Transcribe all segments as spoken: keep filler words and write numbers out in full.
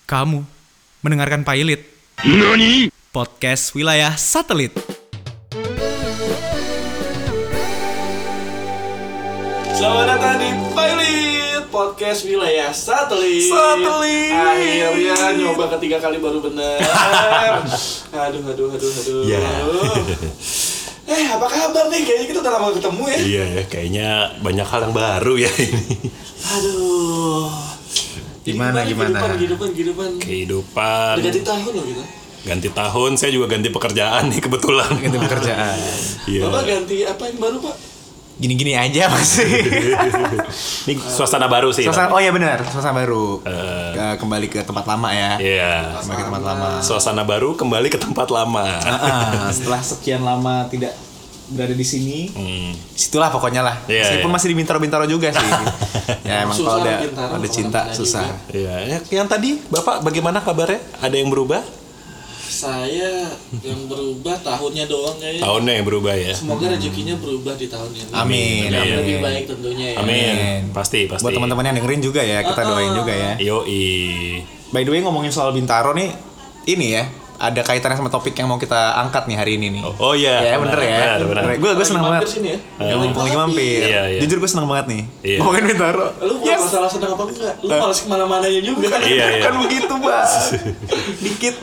Kamu mendengarkan Pilot, Nani? podcast wilayah satelit. Selamat datang di Pilot, podcast wilayah satelit. Satelit. Akhirnya nyoba ketiga kali baru bener. Aduh, aduh, aduh, aduh. Ya. Eh, apa kabar nih? Kayaknya kita udah lama ketemu ya. Iya ya, kayaknya banyak hal yang baru ya ini. Aduh. Gimana, gimana? Kehidupan, kehidupan, kehidupan. Kehidupan. Udah ganti tahun loh kita. Ganti tahun, saya juga ganti pekerjaan nih kebetulan. Ganti pekerjaan. Iya. Bapak ganti apa yang baru, Pak? Gini-gini aja masih. Ini suasana baru sih. Suasana, oh iya benar, suasana baru. Eh. Ke- kembali ke tempat lama ya. Iya. Kembali ke tempat lama. Suasana baru kembali ke tempat lama. Ah, setelah sekian lama tidak berada di sini, Hmm. situlah pokoknya lah. Iya, Meskipun iya. masih di Bintaro-Bintaro juga sih. Ya emang Susah kalau udah Bintaro, ada cinta kemana-mana susah. juga. Iya, ya, yang tadi Bapak bagaimana kabarnya? Ada yang berubah? Saya yang berubah tahunnya doang kayaknya. Tahunnya yang berubah ya. Semoga rezekinya berubah di tahun ini. Amin, Yang amin. lebih baik tentunya ya. Amin. Amin. Pasti, pasti. Buat teman-teman yang dengerin juga ya, kita doain juga ya. Yoi. By the way ngomongin soal Bintaro nih, ini ya ada kaitannya sama topik yang mau kita angkat nih hari ini nih. Oh, oh iya. Ya bener ya. Benar, benar. Gue gue seneng Lagi banget. mampir sini ya. Ya, mumpung lagi mampir. Iya, iya. Jujur gue seneng banget nih. Iya. Ngomongin Bintaro. Lu bukan masalah senang apa enggak, lu males kemana-mananya juga. Iya, iya. Kan begitu, Pak. Dikit.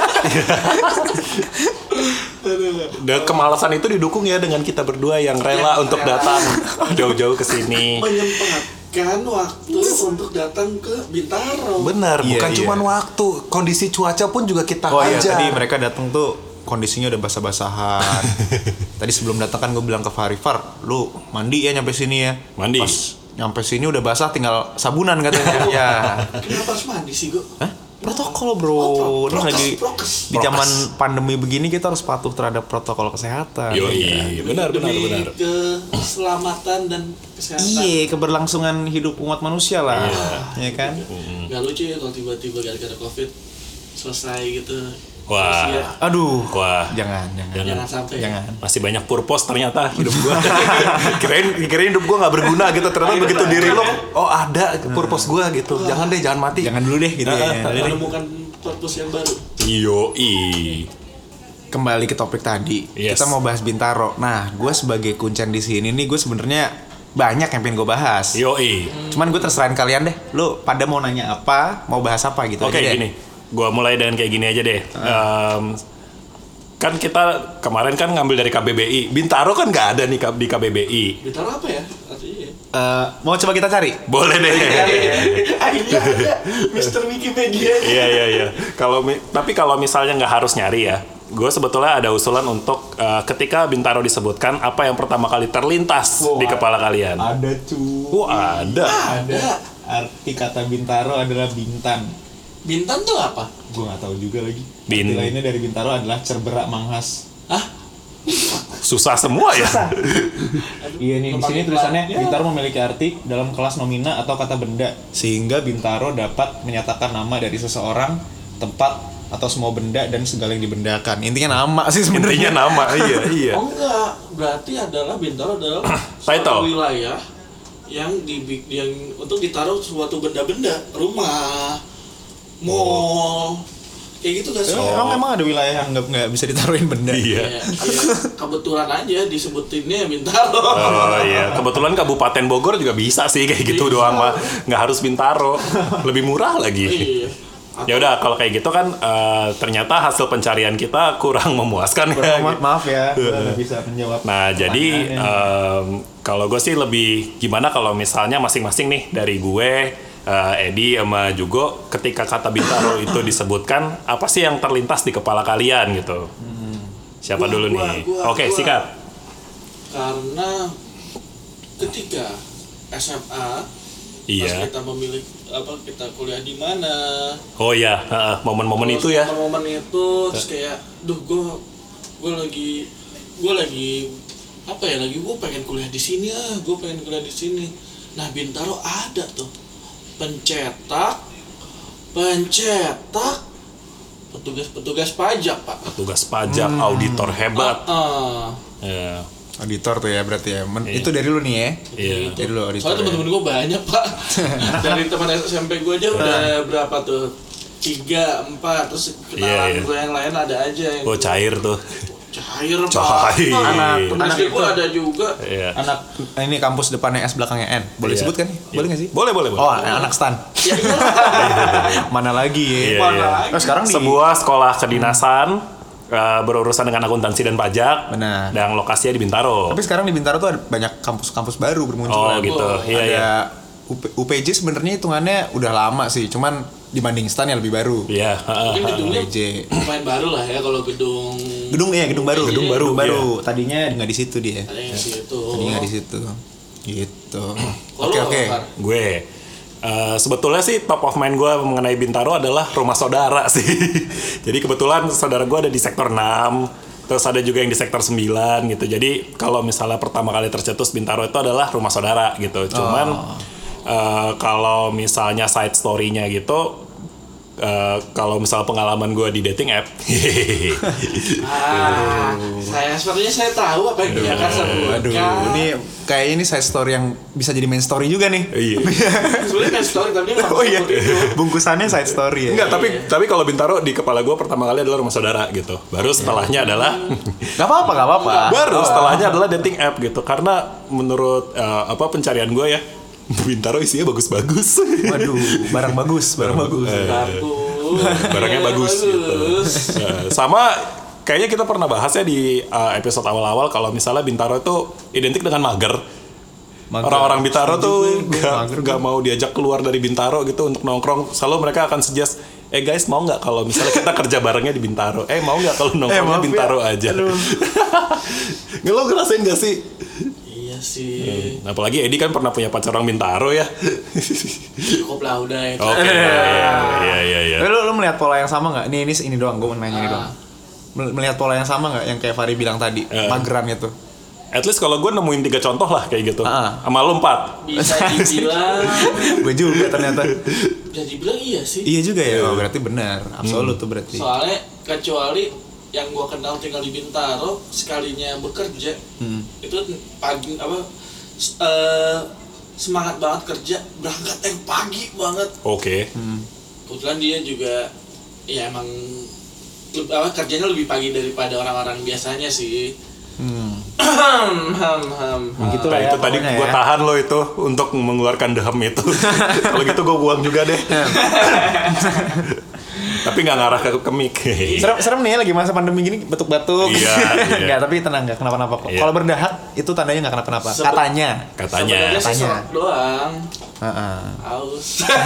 Dan kemalasan itu didukung ya dengan kita berdua yang rela Ya, untuk rela. datang jauh-jauh ke sini. Menyempatkan waktu untuk datang ke Bintaro. Benar, Iya, bukan iya. cuma waktu, kondisi cuaca pun juga kita Oh iya, aja. tadi mereka datang tuh kondisinya udah basah-basahan. Tadi sebelum datang kan gue bilang ke Fari, Far, lu mandi ya nyampe sini ya. Mandi. Pas nyampe sini udah basah, tinggal sabunan katanya. Ya. Kenapa harus mandi sih, Go? Hah? Protokol bro, Oh, pro- ini prokes, lagi prokes. di zaman Prokes. pandemi begini kita harus patuh terhadap protokol kesehatan. Yoi, benar, benar, Demi benar. keselamatan dan kesehatan. Iya, keberlangsungan hidup umat manusia lah, ya kan? Gak lucu ya kalau tiba-tiba gara-gara COVID selesai gitu. Wah. Terus ya, Aduh, Wah, jangan, jangan, jangan sampai. jangan. masih banyak purpose ternyata hidup gua. kirain kirain hidup gua nggak berguna gitu, ternyata begitu diri lo, oh ada purpose gua gitu. Jangan deh, jangan mati. Jangan dulu deh gitu ya. menemukan purpose yang baru. Yoi. Kembali ke topik tadi, Yes. kita mau bahas Bintaro. Nah, gue sebagai kuncen di sini nih, gue sebenarnya banyak yang pengen gue bahas. Yoi. Cuman gue terserahin kalian deh, lu pada mau nanya apa, mau bahas apa gitu Oke, aja deh. gini. Gua mulai dengan kayak gini aja deh. Em, kan kita kemarin kan ngambil dari K B B I. Bintaro kan nggak ada nih di K B B I. Bintaro apa ya? Artinya ya. Eh, mau coba kita cari? Boleh deh. Akhirnya ada Mister Wikipedia. Iya iya iya. Kalau mi- tapi kalau misalnya nggak harus nyari ya, gue sebetulnya ada usulan untuk eh, ketika Bintaro disebutkan, apa yang pertama kali terlintas Wah. di kepala kalian? Ada cu. Oh ada. Ada. Arti kata Bintaro adalah bintan. Bintan tuh apa? Gue nggak tahu juga lagi. Bin- Arti lainnya dari Bintaro adalah cerberak manghas. Hah? Susah semua ya. Iya nih, di sini tulisannya Bintaro memiliki arti dalam kelas nomina atau kata benda, sehingga Bintaro dapat menyatakan nama dari seseorang, tempat, atau semua benda dan segala yang dibendakan. Intinya nama sih Intinya sebenarnya. nama. Iya iya. Oh enggak, berarti adalah Bintaro adalah Title. suatu wilayah yang di yang untuk ditaruh suatu benda-benda, rumah, mall, kayak gitu kan? Emang emang ada wilayah yang nggak nggak bisa ditaruhin benda. Iya. Ya, ya, kebetulan aja disebutinnya Bintaro. Oh iya, kebetulan Kabupaten Bogor juga bisa sih kayak gitu Bisa. doang mah, nggak harus Bintaro, lebih murah lagi. Iya. Ya udah kalau kayak gitu kan eh, ternyata hasil pencarian kita kurang memuaskan ya. Kurang maaf, maaf ya, gue nggak bisa menjawab. Nah jadi pertanyaannya. em, kalau gue sih lebih gimana kalau misalnya masing-masing nih dari gue, eh, Edi sama Jugo, ketika kata Bintaro itu disebutkan, apa sih yang terlintas di kepala kalian gitu? Siapa Gua, dulu gua, nih? gua, Oke gua. sikat. Karena ketika S M A pas Iya. kita memilih apa kita kuliah di mana, Oh iya, heeh, momen-momen itu ya. momen itu terus kayak duh gue gue lagi gue lagi apa ya lagi gue pengen kuliah di sini ah gue pengen kuliah di sini. Nah Bintaro ada tuh pencetak pencetak petugas-petugas pajak pak. Petugas pajak, auditor hebat. Ah, Ya. Auditor tuh ya berarti ya. Men- Iya. Itu dari lu nih ya. Iya. Dari lu auditor. soalnya ya. teman-teman gue banyak pak. Dari teman S M P gue aja udah berapa tuh tiga, empat, terus kenalan Iya, iya. gue yang lain ada aja yang Oh cair tuh. cair pak. Cair. Anak, Anak anak itu. gue ada juga. Iya. Anak ini kampus depannya S belakangnya N. Boleh Iya. sebut kan? Boleh nggak sih? Boleh, boleh, boleh. Oh, anak stan. Ya, iya. Mana lagi ya? Iya, Mana iya. lagi? Oh, sekarang di Sebuah sekolah kedinasan uh, berurusan dengan akuntansi dan pajak. Benar. Dan lokasinya di Bintaro. Tapi sekarang di Bintaro tuh ada banyak kampus-kampus baru bermunculan. Oh gitu. Iya, ada iya. U P- U P J sebenarnya hitungannya udah lama sih, cuman dibanding stan ya lebih baru. Iya, heeh. Mungkin gedungnya U P J. lumayan baru lah ya kalau gedung Gedung ya, gedung baru. Gedung baru, baru. Tadinya nggak di situ dia. ada yang situ. Tadinya nggak di situ. Gitu. Kalau Oke lu oke. apa, Far? Gue uh, sebetulnya sih top of mind gue mengenai Bintaro adalah rumah saudara sih. Jadi kebetulan saudara gue ada di sektor enam, terus ada juga yang di sektor sembilan gitu. Jadi kalau misalnya pertama kali tercetus Bintaro itu adalah rumah saudara gitu. Cuman uh, kalau misalnya side story-nya gitu, uh, kalau misalnya pengalaman gue di dating app, Ah, saya sepertinya saya tahu apa yang dia akan sebutkan. Waduh, ini kayak ini side story yang bisa jadi main story juga nih. iya. Sebenarnya kan story tapi dia nggak Oh iya, sebut itu. bungkusannya side story ya. Enggak, tapi tapi kalau Bintaro di kepala gue pertama kali adalah rumah saudara gitu. Baru setelahnya adalah Gak apa-apa, gak apa-apa. baru setelahnya adalah dating app gitu. Karena menurut uh, apa pencarian gue ya, Bintaro isinya bagus-bagus. Waduh, barang bagus, barang bagus. Bagus. Barangnya bagus gitu. Uh, sama kayaknya kita pernah bahas ya di uh, episode awal-awal kalau misalnya Bintaro itu identik dengan mager. Mager. Orang-orang Bintaro Setuju tuh gue, gue gak, mager gak gue. mau diajak keluar dari Bintaro gitu untuk nongkrong. Selalu mereka akan suggest, eh guys mau nggak kalau misalnya kita kerja barengnya di Bintaro? Eh mau nggak kalau nongkrongnya maaf ya. Bintaro aja? Nggak, lo ngerasain gak sih? Iya sih. Apalagi Edi kan pernah punya pacar orang Bintaro ya. Cukup lah udah itu. Oke, iya iya iya. Tapi lu, lu melihat pola yang sama nggak? Nih ini ini doang, gue mau nanya ini Ah. doang. Mel- Melihat pola yang sama nggak yang kayak Fari bilang tadi, Eh. mageran itu? At least kalau gue nemuin tiga contoh lah kayak gitu. Ah. Sama lo empat. Bisa dibilang Gue juga ternyata. bisa dibilang iya sih. Iya juga ya. Oh, berarti benar, absolut tuh berarti. Soalnya kecuali yang gua kenal tinggal di Bintaro sekalinya bekerja Hmm. itu pagi apa s- eh, semangat banget kerja berangkat yang pagi banget. Oke. Hmm. Kebetulan dia juga ya emang leb- apa kerjanya lebih pagi daripada orang-orang biasanya sih. Hmm. Ham ham ham. Gitu Nah, lah ya, itu tadi pokoknya gue ya. tahan lo itu untuk mengeluarkan dehem itu. Kalau gitu gue buang juga deh. Tapi nggak ngarah ke kemik. Serem, serem nih ya lagi masa pandemi gini batuk-batuk. Iya, iya. Nggak, tapi tenang nggak kenapa-napa kok. Iya. Kalau berdahak itu tandanya nggak kenapa-napa. Sebe- Katanya. Katanya. Sebenarnya sih Katanya. serak doang. Heeh. Haus.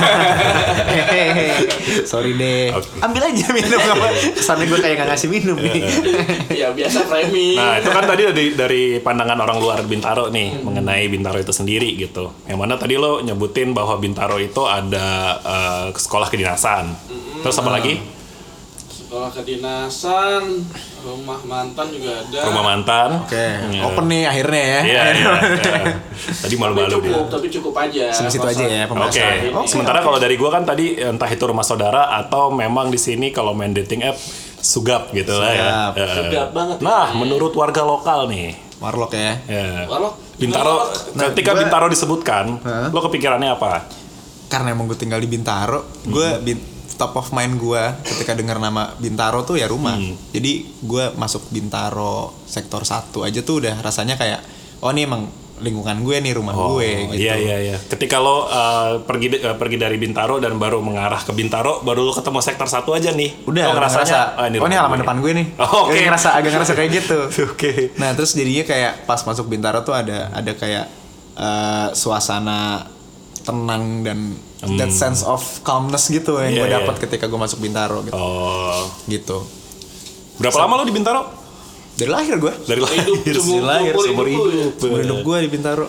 Hehehe. Sorry deh. Oke. Ambil aja minum apa? Kesannya gue kayak nggak ngasih minum nih. Ya biasa framing. Nah itu kan tadi dari dari pandangan orang luar Bintaro nih mengenai Bintaro itu sendiri gitu. Yang mana tadi lo nyebutin bahwa Bintaro itu ada eh, sekolah kedinasan. Terus apa lagi? Sekolah kedinasan, rumah mantan juga ada. Rumah mantan. Oke, Iya. open nih akhirnya ya. Iya, iya, iya. Tadi Tapi malu-malu dia. cukup, tapi cukup aja. Sampai situ aja ya Oke, pembahasan. Oke, sementara kalau dari gua kan tadi entah itu rumah saudara atau memang di sini kalau main dating app sugap gitu lah ya. Sugap. Eh, Sugap banget. Nah, menurut warga lokal nih, Warlock ya. ya, Warlock. Bintaro, Nah, ketika gua- Bintaro disebutkan, Hah? lo kepikirannya apa? Karena emang gue tinggal di Bintaro, gue bin- top of mind gue ketika dengar nama Bintaro tuh ya rumah. Hmm. Jadi gue masuk Bintaro sektor satu aja tuh udah rasanya kayak oh ini emang lingkungan gue nih, rumah gue gitu. Iya iya iya. Ketika lo uh, pergi uh, pergi dari Bintaro dan baru mengarah ke Bintaro, baru lo ketemu sektor satu aja nih. Udah lo ngerasanya, ngerasa, "Ah, oh ini rumah halaman gue." depan gue nih. Oh, oke. Agak ngerasa agak ngerasa kayak gitu. Oke. Nah terus jadinya kayak pas masuk Bintaro tuh ada ada kayak eh, suasana tenang dan that sense of calmness gitu yang Iya, gue iya. dapat ketika gue masuk Bintaro gitu. Oh. Gitu. Berapa lama lo di Bintaro? Dari lahir gue. Dari Hidup lahir. seumur- Dari lahir seumur seumur hidup hidup. lu Seumur hidup gue di Bintaro.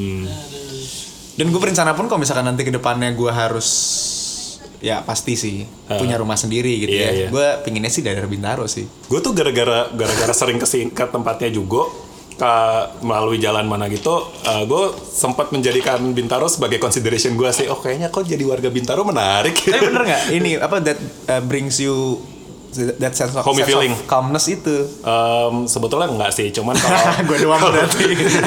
Dan gue berencana pun kalau misalkan nanti ke depannya gue harus ya pasti sih punya rumah sendiri gitu Iya, ya. iya. Gue pinginnya sih dari Bintaro sih. Gue tuh gara-gara gara-gara sering kesini ke tempatnya juga ke melalui jalan mana gitu, uh, gue sempat menjadikan Bintaro sebagai consideration gue sih. Oh kayaknya kok jadi warga Bintaro menarik. Tapi bener nggak ini apa that uh, brings you that sense of, Homey sense feeling. of calmness itu? Um, sebetulnya enggak sih, cuman kalau Gue doang berarti.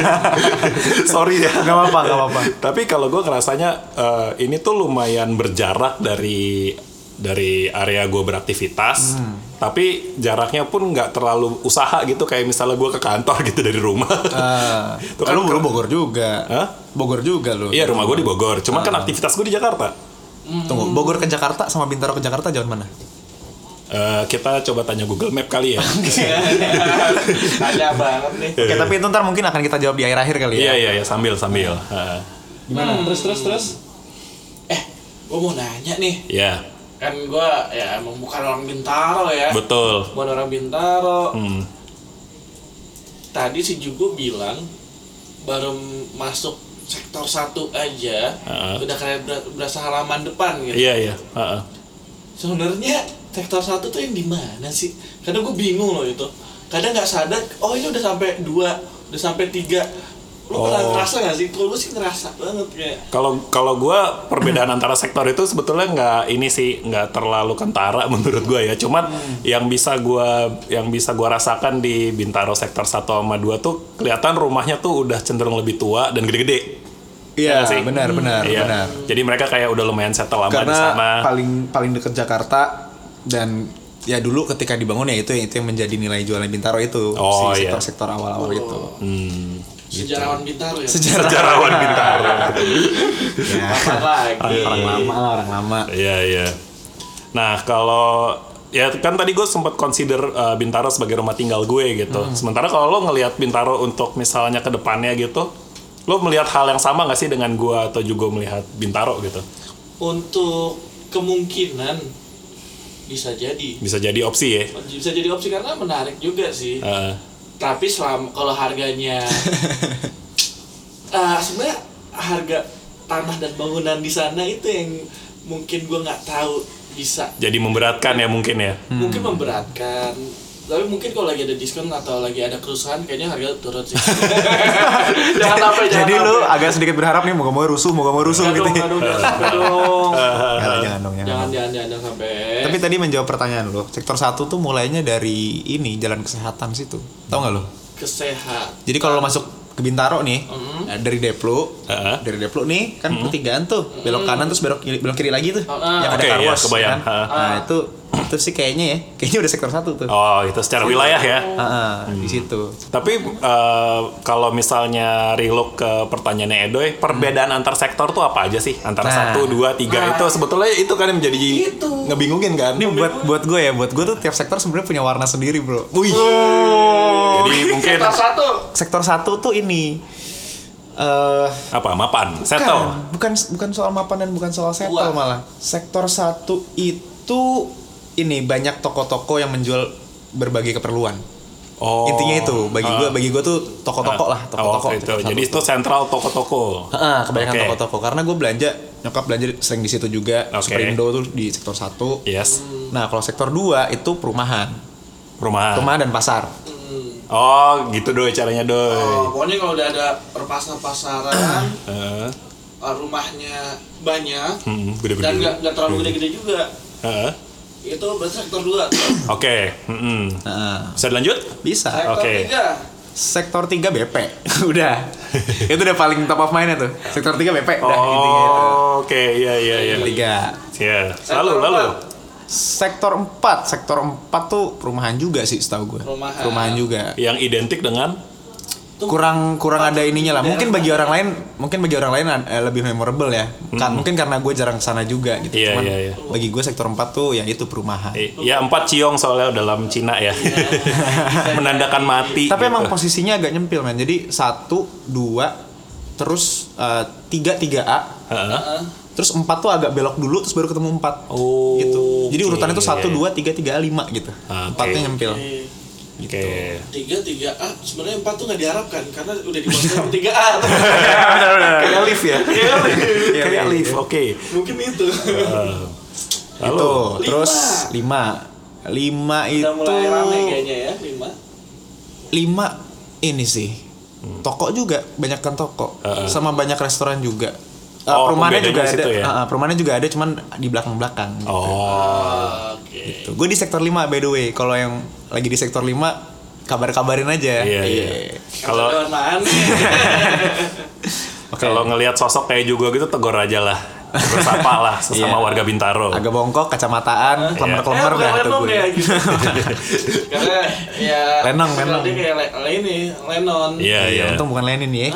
sorry ya. Gak apa-apa, gak apa-apa. Tapi kalau gue ngerasanya uh, ini tuh lumayan berjarak dari dari area gue beraktivitas, hmm. tapi jaraknya pun nggak terlalu usaha gitu, kayak misalnya gue ke kantor gitu dari rumah. Ah, Itu kan lu Bogor juga. Hah? Bogor juga lu. Iya, rumah gue di Bogor. Cuman ah. kan aktivitas gue di Jakarta. Hmm. Tunggu, Bogor ke Jakarta sama Bintaro ke Jakarta jauh mana? Uh, kita coba tanya Google Map kali ya. Tanya banget nih. Oke, tapi itu ntar mungkin akan kita jawab di akhir-akhir kali ya. Iya iya iya sambil sambil. Uh. Gimana? Hmm. Terus terus terus. Eh, gue mau nanya nih. Iya. Yeah. Kan gue ya emang bukan orang Bintaro ya. Betul. Bukan orang Bintaro. Hmm. Tadi si Jugo bilang baru masuk sektor satu aja, uh-uh. udah kayak berasa halaman depan gitu. Iya iya. Uh-uh. Sebenarnya sektor satu tuh yang di mana sih? Kadang gue bingung loh itu. Kadang nggak sadar, oh ini udah sampai dua, udah sampai tiga. Lo oh. pernah ngerasa nggak sih? Kalau gue sih ngerasa banget kayak. Kalau kalau gue perbedaan antara sektor itu sebetulnya nggak ini sih nggak terlalu kentara menurut gue ya. Cuman hmm. yang bisa gue yang bisa gue rasakan di Bintaro sektor satu sama dua tuh kelihatan rumahnya tuh udah cenderung lebih tua dan gede-gede. Iya sih, benar benar iya. benar. Jadi mereka kayak udah lumayan settle lama di sana. Karena paling paling dekat Jakarta dan ya dulu ketika dibangun ya itu itu yang menjadi nilai jualnya Bintaro itu oh, si iya. sektor-sektor awal-awal oh. itu. Hmm. Sejarawan Bintaro ya. Sejarah. Sejarawan Bintaro. Ya. Lagi. Orang lama lah, orang lama. Iya iya. Nah kalau ya kan tadi gue sempat consider uh, Bintaro sebagai rumah tinggal gue gitu. Hmm. Sementara kalau lo ngelihat Bintaro untuk misalnya ke depannya gitu, lo melihat hal yang sama nggak sih dengan gue atau juga melihat Bintaro gitu? Untuk kemungkinan bisa jadi. Bisa jadi opsi ya. Bisa jadi opsi karena menarik juga sih. Uh. Tapi selama kalau harganya, uh, sebenarnya harga tanah dan bangunan di sana itu yang mungkin gue nggak tahu bisa. Jadi memberatkan ya mungkin ya. Hmm. Mungkin memberatkan. Tapi mungkin kalau lagi ada diskon atau lagi ada kerusuhan kayaknya harga turun sih. Jangan sampai jangan. Jadi sampai. lu agak sedikit berharap nih moga-moga rusuh, moga-moga rusuh jangan gitu. Dong, aduh, jangan sampai dong. Jangan, jangan dong, jangan. Jangan jangan jangan sampai. Tapi tadi menjawab pertanyaan lu, sektor satu tuh mulainya dari ini jalan kesehatan situ. Tahu nggak lu? Kesehatan. Jadi kalau lu masuk ke Bintaro nih, mm-hmm. dari Deplu, uh-huh. dari Deplu nih kan mm-hmm. pertigaan tuh, belok kanan terus belok belok kiri lagi tuh, uh-huh. yang ada okay, car wash, ya, kebayang. Kan? Uh-huh. Nah itu itu sih kayaknya ya, kayaknya udah sektor satu tuh. Oh itu secara wilayah ya. Uh-huh, hmm. Di situ. Tapi uh, kalau misalnya relook ke pertanyaannya Edoy, perbedaan hmm. antar sektor tuh apa aja sih? Antara nah. satu, dua, tiga nah. itu sebetulnya itu kan yang menjadi itu. ngebingungin kan? Ini buat buat gue ya, buat gue tuh tiap sektor sebenarnya punya warna sendiri bro. Wih. Oh. Jadi mungkin sektor satu. Sektor satu tuh ini. Uh, apa mapan settle bukan bukan soal mapan dan bukan soal settle Wah. malah sektor satu itu ini banyak toko-toko yang menjual berbagai keperluan. Oh. Intinya itu bagi uh. gue bagi gue tuh toko-toko uh. lah toko-toko oh, itu. Jadi itu sentral toko-toko. Heeh, kebanyakan okay. toko-toko karena gue belanja nyokap belanja sering di situ juga. Okay. Superindo tuh di sektor satu. Yes. Nah kalau sektor dua itu perumahan perumahan perumahan dan pasar. Oh gitu Doy caranya Doy. Oh, pokoknya kalau udah ada perpasar-pasaran, uh. rumahnya banyak hmm, gede-gede. Dan nggak nggak terlalu gede-gede juga. Uh. Itu berarti sektor dua. Oke. Okay. Mm-hmm. Uh. Bisa dilanjut? Bisa. Sektor okay. tiga. Sektor tiga B P. Udah. Itu udah paling top of mind-nya tuh. Sektor tiga B P. Udah oh, intinya itu. Oke, okay. iya iya iya. Tiga. Iya. Lalu lalu. Sektor empat, sektor empat tuh perumahan juga sih setahu gue. Perumahan. Perumahan juga. Yang identik dengan kurang kurang ada ininya lah. Mungkin bagi orang lain, mungkin bagi orang lain eh, lebih memorable ya. Kan hmm. mungkin karena gue jarang kesana juga gitu. Iya, Cuman iya, iya. bagi gue sektor empat tuh ya itu perumahan. Ya empat ciong soalnya dalam Cina ya. Menandakan mati. Tapi gitu. emang posisinya agak nyempil man. Jadi satu, dua, terus uh, tiga, tiga A. Uh-huh. Terus empat tuh agak belok dulu terus baru ketemu empat. Oh, gitu. Jadi okay. urutannya tuh satu, dua, tiga, tiga, lima gitu. Okay. Empatnya nyempil. Okay. Gitu. Okay. Tiga, tiga A sebenarnya empat tuh nggak diharapkan karena udah dibuat tiga A. Kayak lift ya. Kayak lift. Oke. Mungkin itu. Uh, lalu itu. Terus lima. Lima itu. Udah mulai rame kayaknya ya lima. Lima ini sih. Toko juga banyak kan toko. Uh-uh. Sama banyak restoran juga. Uh, oh, perumahannya juga ada, ya? uh, perumahannya juga ada, cuman di belakang-belakang. Gitu. Oh, oke. Okay. Gitu. Gue di sektor lima by the way. Kalau yang lagi di sektor lima, kabar-kabarin aja. Iya, iya. Kalau okay. kalau ngelihat sosok kayak juga gitu, tegur aja lah. bersapa lah sesama Iya. warga Bintaro. Agak bongkok, kacamataan, klemer-klemer Eh, dah bukan tuh Lennon gue. ya gitu. Karena ya Lenong, Lenong. Dia kayak le- le- ini Lennon. Iya, iya. Untung bukan Lenin ya.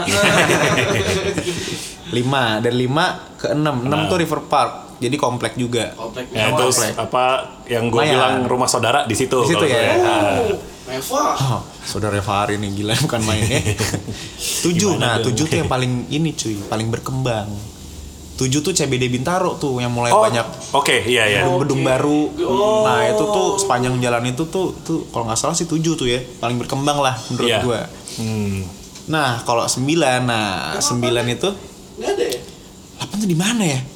lima dari lima ke enam. enam tuh River Park. Jadi komplek juga. Komplek Ya, Mewah. terus apa yang gue Lumayan. bilang rumah saudara di situ. Di situ kalau ya? gue. Oh, mewah. Oh, saudara Fahri nih gila bukan main ya. tujuh, nah tujuh tuh yang paling ini cuy, paling berkembang. Tujuh tuh C B D Bintaro tuh yang mulai Oh, banyak oke, iya ya. gedung-gedung Oke. baru. Oh. Nah itu tuh sepanjang jalan itu tuh tuh kalau nggak salah sih tujuh tuh ya paling berkembang lah menurut Iya. gua. Hmm. Nah kalau sembilan, nah sembilan itu Nggak ada ya? delapan tuh di mana ya?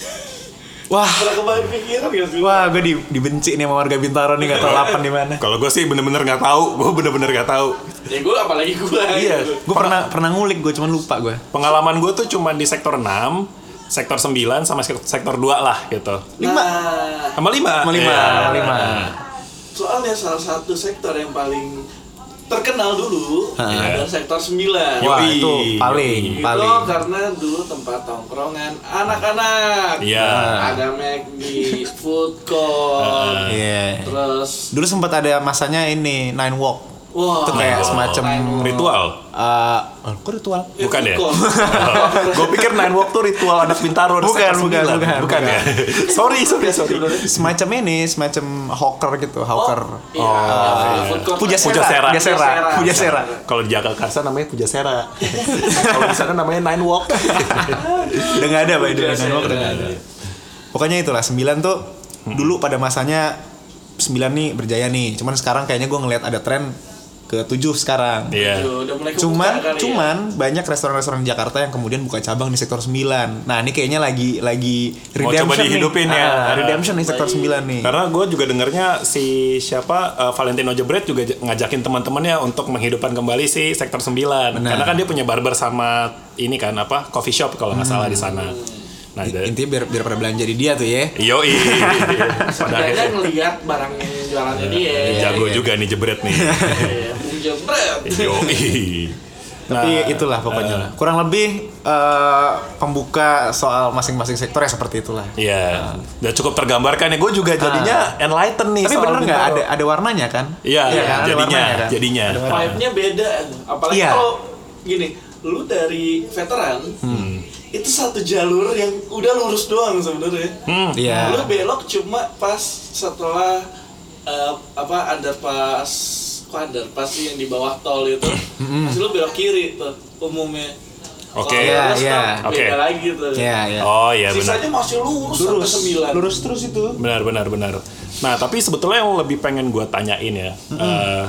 Wah, Pernah kebayang pikiran gak sih? wah gue di, dibenci nih sama warga Bintaro nih nggak tahu delapan di mana. Kalau gue sih bener-bener nggak tahu, gue bener-bener nggak tahu. Ya gue apalagi gue. Iya. gitu. Gue pernah pernah ngulik gue cuman lupa gue. Pengalaman gue tuh cuma di sektor enam, sektor sembilan sama sektor, sektor dua lah gitu. Lima. Nah, Sama lima. Sama lima, Iya. sama lima. soalnya salah satu sektor yang paling terkenal dulu Ha. ada sektor sembilan. Yoi. Wah itu paling Itu paling. karena dulu tempat tongkrongan anak-anak. Iya. Ada McD, food court, Iya. terus Dulu sempat ada masanya ini Nine Walk. wah, Itu kayak Nine semacam Walk. Ritual. eh oh, kok ritual? Eh, Bukan food ya? court. Gue pikir Nine Walk tuh ritual anak Bintaro. Bukan, sektor bukan, sembilan. bukan, bukan ya. sorry, sorry, sorry. Semacam ini, semacam hawker gitu, hawker. Iya, iya, food court. Pujasera. Pujasera. Pujasera. Pujasera. Kalau di Jakarta namanya Pujasera. Kalau di sana namanya Nine Walk. Udah nggak ada, Pak. Udah Nine Walk udah nggak ada. Pokoknya itulah sembilan tuh dulu pada masanya sembilan nih berjaya nih. Cuman sekarang kayaknya gue ngelihat ada tren ke tujuh sekarang. Iya. Tuh, udah mulai kebuka Cuman kali ya. cuman banyak restoran-restoran di Jakarta yang kemudian buka cabang di sektor sembilan. Nah, ini kayaknya lagi lagi Mau redemption coba dihidupin nih. ya. Ah, redemption di sektor sembilan nih. Karena gue juga dengernya si siapa uh, Valentino Jebret juga j- ngajakin teman-temannya untuk menghidupkan kembali si sektor sembilan. Benar. Karena kan dia punya barber sama ini kan apa coffee shop kalau nggak salah di sana. Nah, da- Intinya biar biar pada belanja di dia tuh ya. yoi. Pada Sebenarnya akhirnya ngelihat barang yang jualannya dia. jago iya. juga nih Jebret nih. Iya, jebret. Yoi. Tapi Nah, itulah pokoknya lah. Kurang lebih eh, pembuka soal masing-masing sektor ya seperti itulah. Iya, udah cukup tergambarkan ya. Gue juga jadinya enlighten nih. Tapi soal bener nggak Bintaro. ada ada warnanya kan? Iya, Iya kan? Ada jadinya, warnanya kan? jadinya. Ada warnanya. Vibe-nya beda. Apalagi Iya. kalau gini, lu dari veteran, Hmm. itu satu jalur yang udah lurus doang sebenarnya. Hmm. Iya. Lu belok cuma pas setelah eh, apa underpass, kok underpass sih yang di bawah tol itu. Terus lu belok kiri tuh umumnya. Oke. Kalau Iya, lurus iya. kan Oke. beda lagi tuh. Iya, iya. Oh iya benar. Sisanya masih lurus, sampai Lurus, sembilan. lurus terus itu. Benar, benar, benar. Nah, tapi sebetulnya yang lebih pengen gue tanyain ya, eh,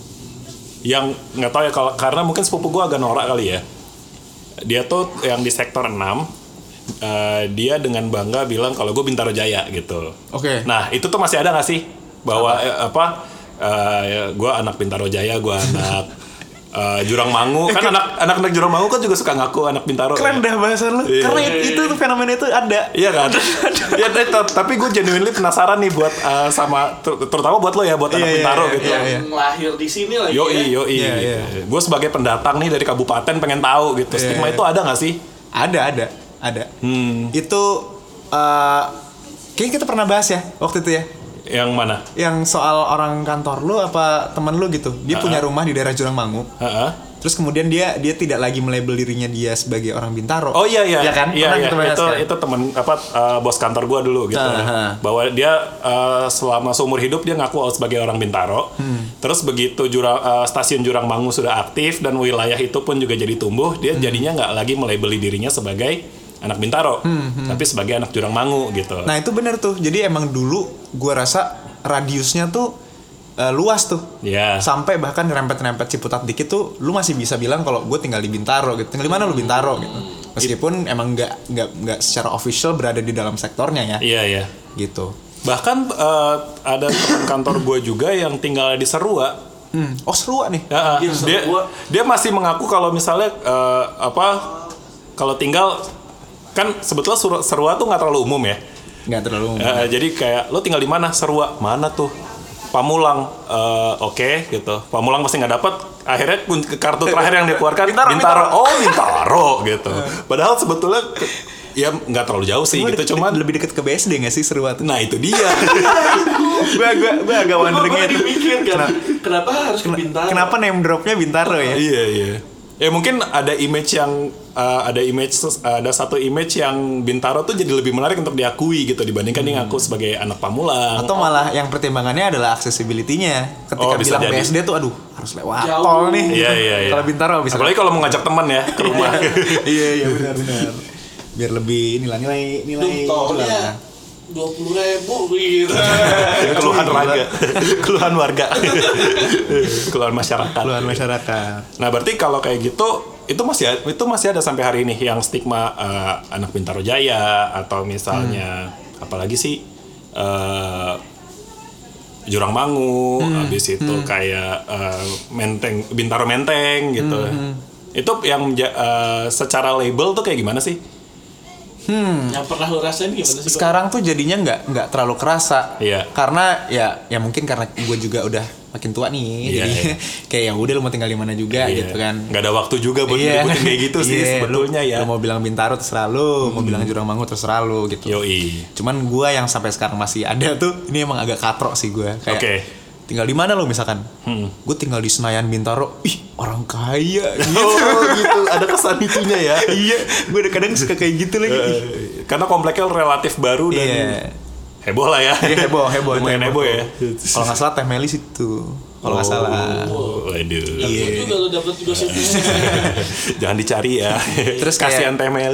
yang nggak tahu ya kalau karena mungkin sepupu gue agak norak kali ya. Dia tuh yang di sektor enam, eh, dia dengan bangga bilang kalau gue Bintaro Jaya gitu. Oke. Nah, itu tuh masih ada nggak sih bahwa eh, apa? gue anak Bintaro Jaya, gue anak eh, Jurang Mangu. Kan anak anak-anak Jurang Mangu kan juga suka ngaku anak Bintaro. Keren ya. dah bahasan lu. Iya. Karena itu, itu tuh fenomena itu ada. Iya kan? Iya, t- tapi gue genuinely penasaran nih buat uh, sama ter- terutama buat lo ya, buat anak Iya, iya, Bintaro iya, gitu. iya. Yang lahir di sini lagi. Yoi, ya. yoi. Iya, gitu. iya. Gue sebagai pendatang nih dari kabupaten pengen tahu gitu. Iya, Stigma iya. itu ada nggak sih? Ada, ada, ada. Hmm. Itu eh kayaknya kita pernah bahas ya waktu itu ya. Yang mana? Yang soal orang kantor lu apa teman lu gitu. Dia Ha-ha. punya rumah di daerah Jurang Mangu. Heeh. Terus kemudian dia dia tidak lagi melabel dirinya dia sebagai orang Bintaro. Oh iya iya. Ya kan? Iya Pernah iya. kita bahas Itu kan? itu teman apa uh, bos kantor gue dulu gitu. Aha. Bahwa dia uh, selama seumur hidup dia ngaku sebagai orang Bintaro. Hmm. Terus begitu Jurang, uh, stasiun Jurang Mangu sudah aktif dan wilayah itu pun juga jadi tumbuh, dia Hmm. jadinya nggak lagi melabeli dirinya sebagai anak Bintaro, tapi sebagai anak Jurang Mangu gitu. Hmm, Nah itu bener tuh. Jadi emang dulu gua rasa radiusnya tuh eh, luas tuh. Ya. Sampai bahkan ngerempet-ngerempet Ciputat dikit tuh, lu masih bisa bilang kalau gue tinggal di Bintaro gitu. Tinggal di mana lu Bintaro gitu. Meskipun emang nggak nggak nggak secara official berada di dalam sektornya ya. Iya iya. Gitu. Bahkan eh, ada teman kantor gue juga yang tinggal di Serua. Hmm. Oh seru nih. Ya, Iya, dia Serua. dia masih mengaku kalau misalnya eh, apa kalau tinggal kan sebetulnya Serua, Serua tuh nggak terlalu umum ya. Nggak terlalu. Eh, jadi kayak lo tinggal di mana? Serua. Mana tuh? Pamulang. Eh, Oke gitu. Pamulang pasti nggak dapet. Akhirnya kun- kartu terakhir yang dikeluarkan Bintaro, Bintaro. Oh Bintaro gitu. Padahal sebetulnya ke- ya nggak terlalu jauh sih Cuma gitu, deket- cuman lebih deket ke B S D nggak sih Seruat? nah itu dia. Gua gua gua agak wondering Gue itu. dipikir kan, Kenapa- kenapa harus ke Bintaro? Kenapa name dropnya Bintaro ya? Iya iya. Ya mungkin ada image yang uh, ada image ada satu image yang Bintaro tuh jadi lebih menarik untuk diakui gitu dibandingkan dia ngaku sebagai anak Pamulang. Atau malah yang pertimbangannya adalah accessibility-nya. Ketika Oh, bisa bilang jadi. B S D tuh aduh harus lewat Jauh. tol nih. Iya iya iya. Kalau Bintaro bisa. Apalagi kalau mau ngajak teman ya ke rumah. Iya iya benar benar. Biar lebih nilai nilai nilai Duh, tolnya jual. dua puluh ribu gitu. Keluhan warga, keluhan warga, keluhan masyarakat. Keluhan masyarakat. Nah berarti kalau kayak gitu itu masih itu masih ada sampai hari ini yang stigma uh, anak Bintaro Jaya atau misalnya Hmm. apalagi sih uh, Jurang Mangu, Hmm. habis itu kayak uh, Menteng Bintaro Menteng gitu. Hmm. Itu yang ja- uh, secara label tuh kayak gimana sih? Yang pernah lu rasain gimana sih? Bang? Sekarang tuh jadinya nggak nggak terlalu kerasa. Iya. Karena ya ya mungkin karena gue juga udah makin tua nih, Iya, jadi iya. kayak ya udah lu mau tinggal di mana juga Iya. gitu kan. Nggak ada waktu juga buat Iya. nyebutin kayak gitu sih Iya, sebetulnya lu, ya. Lu mau bilang Bintaro terserah lu, mau bilang Jurang Mangu terserah lu gitu. Yoi. Cuman gue yang sampai sekarang masih ada tuh, ini emang agak katrok sih gue. Kayak Oke. tinggal di mana lo misalkan? Hmm. Gue tinggal di Senayan Bintaro. Ih orang kaya gitu. Oh gitu, ada kesan itunya ya. Iya, gue kadang suka kayak gitu lagi. Eh, karena kompleknya relatif baru dan Iya. heboh lah ya. Iya heboh, heboh, itu Lumayan heboh ya. Kalau nggak salah Teh Melis itu, kalau nggak salah. Oh, waduh. Iya. juga lu dapet gosipnya. Jangan dicari ya. Terus kayak- kasihan Temel.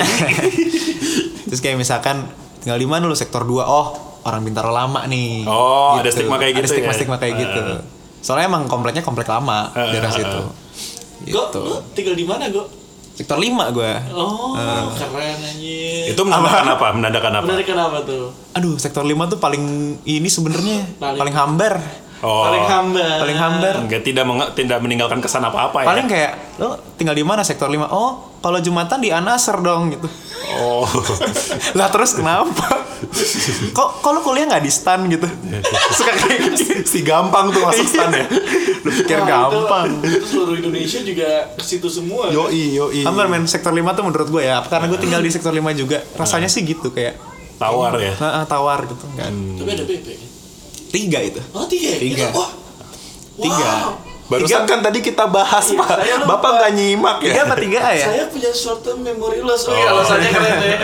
Terus kayak misalkan tinggal di mana lo sektor dua, oh orang Bintaro lama nih. Oh, ada stigma kayak gitu Ada stigma ya? stigma kayak Uh. gitu. Soalnya emang kompleknya komplek lama Uh, daerah uh, situ. uh. Go, Gitu. lu tinggal di mana, Go? Sektor lima gue. Oh, keren anjir. Itu menandakan apa? Menandakan apa? Benar kenapa tuh? Aduh, sektor lima tuh paling ini sebenarnya Paling- paling hambar. Oh. Paling hambar. Paling hambar. Enggak tidak menge- tidak meninggalkan kesan apa-apa ya. Paling kayak lo tinggal di mana sektor lima? Oh, kalau Jumatan di Anasar dong gitu. Oh. Lah terus kenapa? Kok kok lo kuliah nggak di stan gitu? Suka kayak gitu. si gampang tuh masuk stand ya. Lu pikir Wah, gampang. Itu, itu seluruh Indonesia juga ke situ semua. kan? Yoi, yoi. Hambar men, sektor lima tuh menurut gue ya, karena gue tinggal di sektor lima juga. Rasanya sih gitu kayak Tawar ya. nah, tawar gitu kan. Tapi ada B P kan? Tiga itu. Oh, tiga. ya? Tiga. Wah. Tiga. Wow. Barusan kan tadi kita bahas, Iya, Pak. saya lupa. Bapak nggak nyimak ya? Tiga apa tiga A ya? Saya punya short term memory loss. Oh, iya, alasannya keren ya.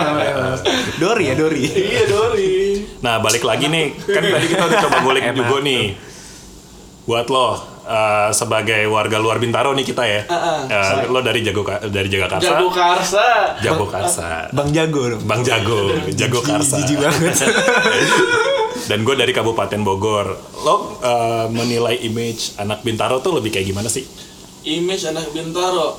Dori ya Dori. Iya, Dori. Nah, balik lagi nih. Kan tadi kita udah coba ngulik Emang. juga nih. Buat lo uh, sebagai warga luar Bintaro nih kita ya. Ah, ah. Uh, lo dari Jago dari Jagakarsa. Jago Karsa. Jago Karsa. Bang Jago dong. Bang Jago, Jago Karsa. Jijik banget. Dan gue dari Kabupaten Bogor. Lo uh, menilai image anak Bintaro tuh lebih kayak gimana sih? Image anak Bintaro.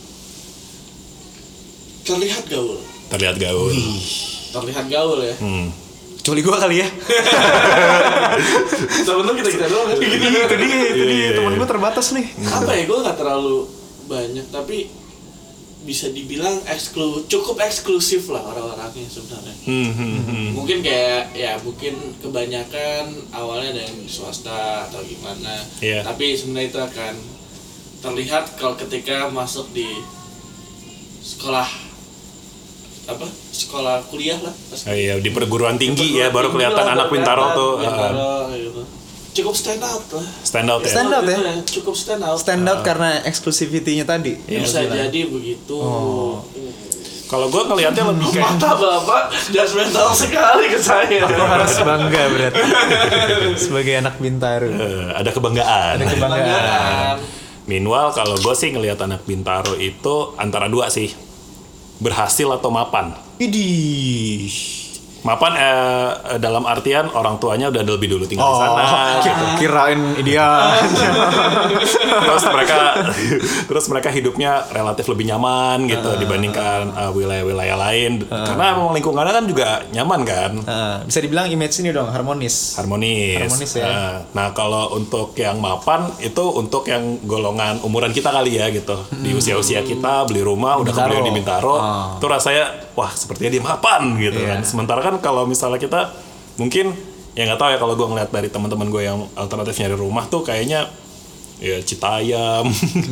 Terlihat gaul. Terlihat gaul. Terlihat gaul ya. Hmm. Kecuali gue kali ya. Sebenarnya kita kita doang kan. itu dia, itu dia, Iya, iya, temen iya. gue terbatas nih. Apa ya, gue nggak terlalu banyak tapi bisa dibilang eksklu cukup eksklusif lah orang-orangnya sebenarnya. Hmm, hmm, hmm. Mungkin kayak ya mungkin kebanyakan awalnya dari swasta atau gimana. Iya. Tapi sebenarnya itu akan terlihat kalau ketika masuk di sekolah apa sekolah kuliah lah. Pas Oh iya, di perguruan tinggi perguruan ya baru tinggi kelihatan lah, anak baru Bintaro kelihatan tuh. Bintaro, uh, kayak gitu. Cukup stand out lah. stand out ya. Stand out ya? Itu Cukup stand out. Stand out karena eksklusivitinya tadi. Ya, bisa jadi begitu. Oh. Kalau gue ngelihatnya lebih kayak Mata bapak judgmental sekali ke saya. Lo harus bangga berarti sebagai anak Bintaro. uh, ada kebanggaan. Ada kebanggaan. Meanwhile kalau gue sih ngelihat anak Bintaro itu antara dua sih, berhasil atau mapan. Idih. Mapan eh, dalam artian orang tuanya udah lebih dulu tinggal di Oh, sana. ki- kirain ideal. terus mereka terus mereka hidupnya relatif lebih nyaman gitu dibandingkan eh, wilayah-wilayah lain. Karena emang lingkungannya kan juga nyaman kan. Nah, bisa dibilang image ini dong harmonis. Harmonis. Harmonis ya. Nah, nah, kalau untuk yang mapan itu untuk yang golongan umuran kita kali ya gitu. Di usia-usia kita beli rumah udah Bintaro. kebeli di Bintaro, Ah. itu rasanya wah sepertinya dia mapan gitu Iya. kan. Sementara kan kalau misalnya kita mungkin ya nggak tahu ya kalau gue ngeliat dari teman-teman gue yang alternatif nyari rumah tuh kayaknya Ya Citayam,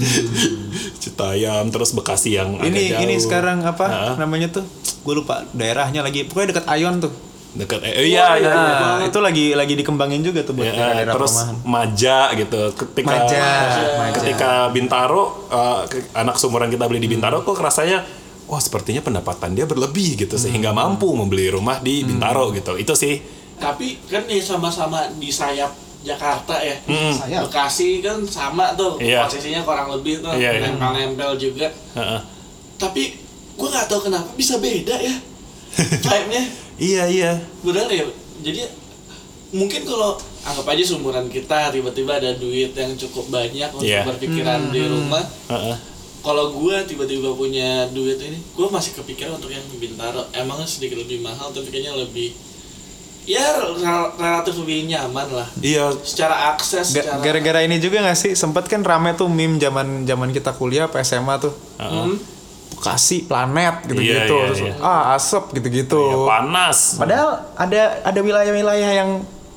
Citayam, terus Bekasi yang Ini agak jauh. ini sekarang apa Nah. namanya tuh? Gue lupa daerahnya lagi. Pokoknya dekat Ayon tuh. Dekat eh iya iya. iya. Nah, itu lagi lagi dikembangin juga tuh buat Ya, daerah terus perumahan. Maja gitu. Ketika Maja, Maja. ketika Bintaro uh, ke- anak seumuran kita beli di Bintaro kok rasanya wah sepertinya pendapatan dia berlebih gitu sehingga mampu membeli rumah di Bintaro gitu. Itu sih. Tapi kan nih sama-sama di sayap Jakarta ya. Sayap. Bekasi kan sama tuh Iya. posisinya kurang lebih tuh, Iya, iya. nempel-nempel juga. Heeh. Tapi gue nggak tahu kenapa bisa beda ya vibe-nya. Iya iya. Benar ya. Jadi mungkin kalau anggap aja seumuran kita tiba-tiba ada duit yang cukup banyak untuk Iya. berpikiran di rumah. Heeh. Kalau gue tiba-tiba punya duit ini, gue masih kepikiran untuk yang Bintaro. Emangnya sedikit lebih mahal, tapi kayaknya lebih, ya rel- relatif lebih nyaman lah. Iya. Secara akses, Ga- secara Gara-gara ini juga gak sih? Sempet kan rame tuh meme zaman zaman kita kuliah apa S M A tuh. Hmm, Bekasi planet gitu-gitu. Iya, iya, Terus, iya. ah asap gitu-gitu. Ya, panas. Padahal ada ada wilayah-wilayah yang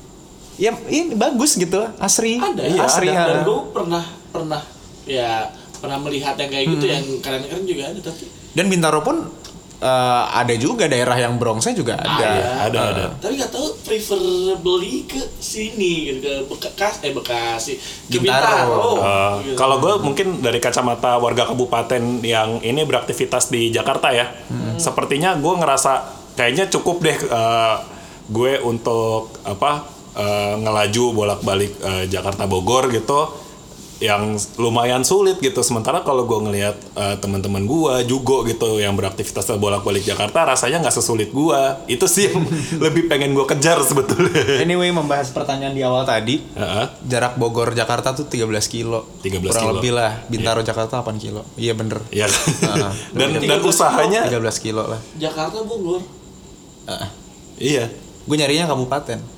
ya ini bagus gitu, asri. ada, Iya, asri. ada. ha. Dan gue pernah pernah ya pernah melihat yang kayak gitu, yang keren-keren juga ada. Tapi Dan Bintaro pun eh, ada juga daerah yang Bronxnya juga ada. Ada ada. tapi nggak tahu preferably ke sini gitu, ke Bekas eh Bekasi, ke Bintaro. Bintaro. Uh, Gitu. Kalau gue mungkin dari kacamata warga kabupaten yang ini beraktivitas di Jakarta ya, sepertinya gue ngerasa kayaknya cukup deh uh, gue untuk apa uh, ngelaju bolak-balik uh, Jakarta Bogor gitu, yang lumayan sulit gitu. Sementara kalau gue ngelihat uh, teman-teman gue juga gitu yang beraktivitas bolak-balik Jakarta rasanya nggak sesulit gue. Itu sih yang lebih pengen gue kejar sebetulnya. Anyway, membahas pertanyaan di awal tadi, Heeh. jarak Bogor Jakarta tuh tiga belas kilo. tiga belas Kurang kilo. lebih lah. Bintaro Jakarta delapan kilo. Iya bener. Ya. Heeh. dan dan usahanya tiga belas kilo lah. Jakarta Bogor. Heeh. iya. Gue nyarinya kabupaten.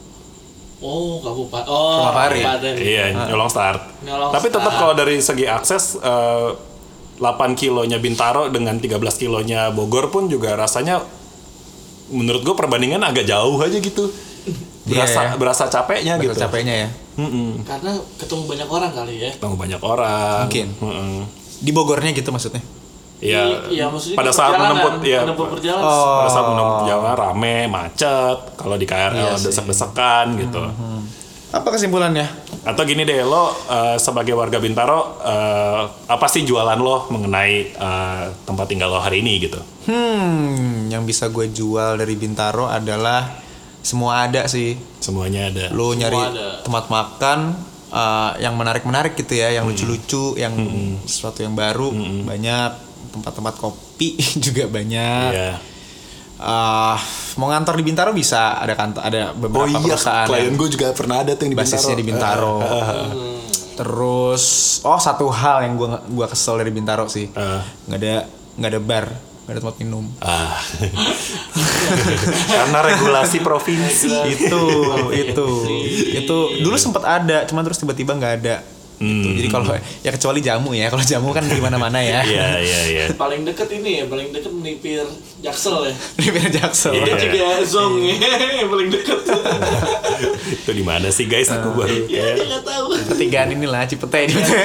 Oh, kabupaten. Oh, Sumapari. kabupaten. Iya, nyolong start. Nyolong Tapi tetap start. kalau dari segi akses eh, delapan kilonya Bintaro dengan tiga belas kilonya Bogor pun juga rasanya menurut gue perbandingan agak jauh aja gitu. Berasa Iya, ya. berasa capeknya Berasa gitu. capeknya ya. Mm-mm. Karena ketemu banyak orang kali ya. Ketemu banyak orang. Mungkin. Mm-mm. Di Bogornya gitu maksudnya. Iya. Iya, maksudnya pada di saat perjalanan, menempuh ya. menempuh perjalanan. Oh. Pada saat menempuh perjalanan rame, macet. Kalau di K R L Iya sih. desek-desekan gitu. Apa kesimpulannya? Atau gini deh, lo eh, sebagai warga Bintaro, eh, apa sih jualan lo mengenai eh, tempat tinggal lo hari ini gitu? Hmm, yang bisa gue jual dari Bintaro adalah semua ada sih. Semuanya ada. Lo Semua nyari ada. tempat makan uh, yang menarik-menarik gitu ya, yang lucu-lucu, yang sesuatu yang baru, banyak. Tempat-tempat kopi juga banyak. Iya. Uh, mau ngantor di Bintaro bisa, ada kantor, ada beberapa perusahaan yang gue juga pernah ada tuh yang basisnya di Bintaro. Terus, oh satu hal yang gue gua kesel dari Bintaro sih, Eh. nggak ada nggak ada bar, nggak ada tempat minum. Ah. Karena regulasi provinsi. itu itu itu dulu sempat ada, cuman terus tiba-tiba nggak ada. Gitu. Jadi kalau ya kecuali jamu ya, kalau jamu kan di mana-mana ya. Iya iya iya. Paling deket ini ya, paling deket Nipir Jaksel ya. Di pinggir Jaksel. Iya. Itu juga Zong ya, yang paling deket. Itu di mana sih guys? Aku baru. Ya, dia nggak tahu. Ketigaan inilah Cipete di Cipete.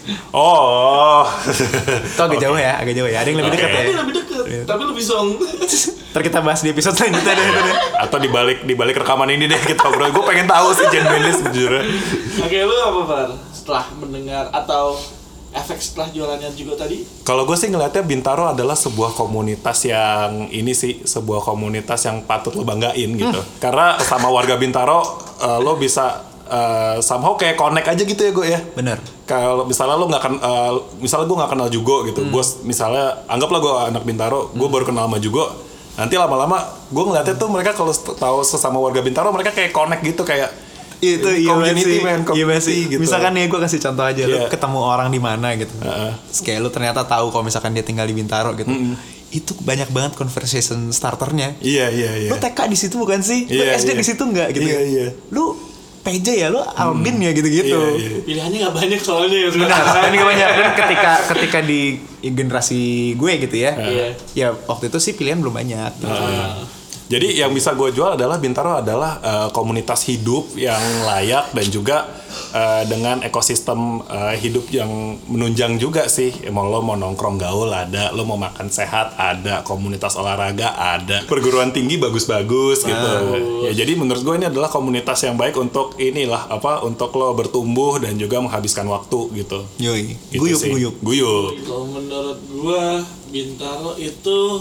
Oh. Itu agak jauh ya, agak jauh ya. Ada yang lebih Oke. dekat ya. Ini lebih deket, tapi lebih Zong. Ntar kita bahas di episode selanjutnya deh. Atau di balik di balik rekaman ini deh kita ngobrol. Gue pengen tahu sih genuinely sejujurnya. Oke, lu apa, Far? Setelah mendengar atau efek setelah jualannya juga tadi? Kalau gue sih ngelihatnya Bintaro adalah sebuah komunitas yang ini sih sebuah komunitas yang patut lo banggain gitu. Karena sama warga Bintaro uh, lo bisa uh, somehow kayak connect aja gitu ya gue ya. Bener. Kalau misalnya lo nggak kan, uh, misalnya gue nggak kenal Jugo gitu, gue misalnya anggaplah gue anak Bintaro, gue baru kenal sama Jugo. Nanti lama-lama gue ngeliatnya tuh mereka kalau tahu sesama warga Bintaro mereka kayak connect gitu kayak Itu iya community sih, man, iya community sih. gitu. Misalkan nih gue kasih contoh aja, lu Iya. ketemu orang di mana gitu. Heeh. Terus kayak lu ternyata tahu kalau misalkan dia tinggal di Bintaro gitu. Itu banyak banget conversation starternya. Iya iya iya. Lu T K di situ bukan sih? Lu Iya, S D iya. di situ enggak gitu? Iya, ya? iya. Lu P J ya, lu Albin ya gitu-gitu. Iya, iya. Pilihannya nggak banyak soalnya ya. Benar, ini gak banyak. Dan ketika ketika di generasi gue gitu ya, Iya. ya waktu itu sih pilihan belum banyak. Gitu. Jadi yang bisa gue jual adalah Bintaro adalah uh, komunitas hidup yang layak dan juga uh, dengan ekosistem uh, hidup yang menunjang juga sih. Mau lo mau nongkrong gaul ada, lo mau makan sehat ada, komunitas olahraga ada, perguruan tinggi bagus-bagus gitu. Ya jadi menurut gue ini adalah komunitas yang baik untuk inilah apa untuk lo bertumbuh dan juga menghabiskan waktu gitu. Yoi. Gitu Guyup, sih. guyup. Guyup. Kalau menurut gua Bintaro itu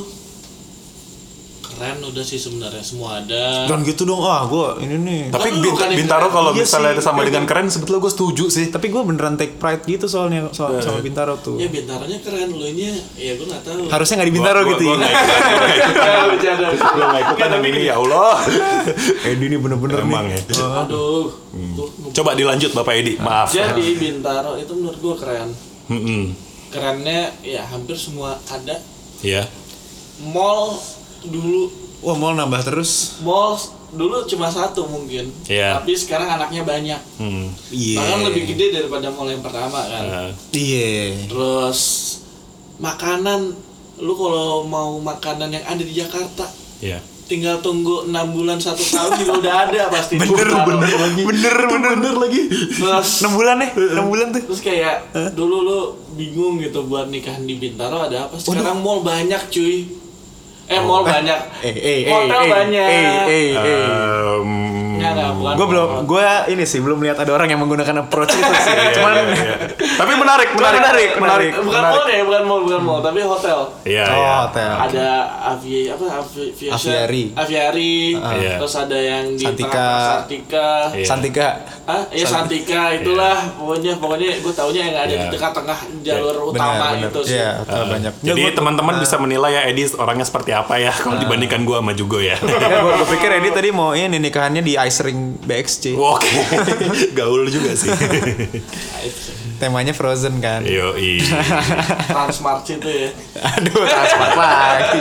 keren udah sih sebenarnya, semua ada. Dan gitu dong, ah gue ini nih. Tapi Tapi Bint- bukan yang Bintaro keren. kalau Iya misalnya sih. sama dengan keren sebetulnya gue setuju sih. Tapi gue beneran take pride gitu soalnya soal sama Bintaro tuh. Ya Bintaronya keren, lu nya ya gua nggak tahu. Harusnya nggak di Bintaro Gua- gitu gua ya. nggak ikutan, gua nggak ikutan. Ya, bercanda. Gue nggak ikutan yang ini ya Allah. Edi ini bener-bener Emang nih. ya. Aduh. Tuh, Coba dilanjut Bapak Edi, maaf. Jadi Bintaro itu menurut gua keren. Mm-mm. Kerennya ya hampir semua ada. Iya. Mall dulu Wah, mau nambah terus. mall dulu cuma satu mungkin. Iya. Tapi sekarang anaknya banyak. Hmm. Iya. Bahkan lebih gede daripada mall yang pertama kan. Uh, Iya. Terus makanan, lu kalau mau makanan yang ada di Jakarta Iya. tinggal tunggu enam bulan satu tahun juga udah ada pasti. Bener, Bintaro. bener lagi. Bener, bener, bener lagi. Terus enam bulan nih, enam bulan tuh. terus kayak dulu lu bingung gitu buat nikahan di Bintaro ada apa? Sekarang mall banyak cuy. Eh mall banyak. Eh, eh, eh, Hotel eh, banyak. Eh, eh, eh. Um, Nggak, nggak, bukan Gue belum, mall. gue ini sih belum lihat ada orang yang menggunakan approach itu sih. iya, Cuman iya, iya. Tapi menarik, menarik, menarik, menarik. Bukan menarik. mall ya, bukan mall, bukan mall, tapi hotel. Iya, oh, iya. hotel. Ada avi apa avi, Aviary. aviary, Iya. terus ada yang di Santika. tengah-tengah Santika. Iya. Santika. Ah, ya Santika itulah pokoknya pokoknya gue taunya yang ada Iya. di tengah-tengah jalur Benar, utama benar. itu sih. Iya, hotel Uh, banyak. Jadi Nggak, gua- teman-teman bisa menilai ya Edi orangnya seperti apa ya kalau dibandingkan gua sama Jugo ya. Ya, gue, gue pikir Edi tadi mau ini nikahannya di Ice Ring B X C. Oke, gaul juga sih. Nah, itu sih. Temanya Frozen kan. Yo, Transmart itu ya. Aduh, transport lagi.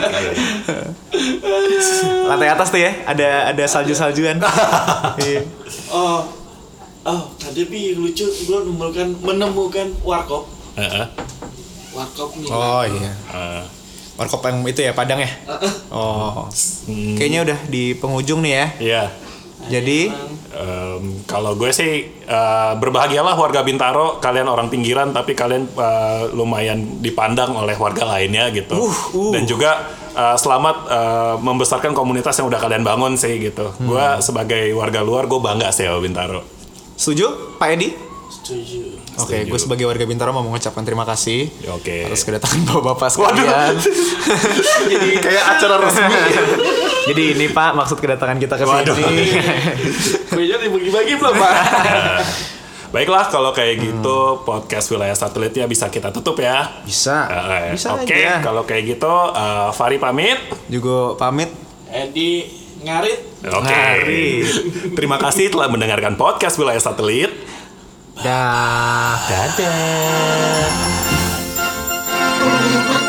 Lantai atas tuh ya, ada ada salju-saljuan. Iya. Oh, oh tadi bi lucu gue menemukan menemukan warkop, Heeh. warkop nih. Oh iya. Uh, Warkop yang itu ya, Padang ya? Oh. hmm, Kayaknya udah di penghujung nih ya. Iya. Jadi Um, kalau gue sih uh, berbahagialah warga Bintaro, kalian orang pinggiran tapi kalian uh, lumayan dipandang oleh warga lainnya gitu. Uh, uh. Dan juga uh, selamat uh, membesarkan komunitas yang udah kalian bangun sih gitu. Hmm. Gue sebagai warga luar gue bangga sih sama Bintaro. setuju, Pak Edi? Setuju. Oke, Setuju. gue sebagai warga Bintaro mau mengucapkan terima kasih Ya, Oke. atas kedatangan bapak-bapak sekalian. Jadi kayak acara resmi. Jadi ini Pak maksud kedatangan kita ke Waduh. sini. Kuenya dibagi-bagi belum pak? Baiklah kalau kayak gitu podcast wilayah satelitnya bisa kita tutup ya. Bisa. Eh, Bisa Oke, aja. kalau kayak gitu uh, Fari pamit. Juga pamit. Edi ngarit. Oke. Mari. Terima kasih telah mendengarkan podcast wilayah satelit. Dah. Dadah.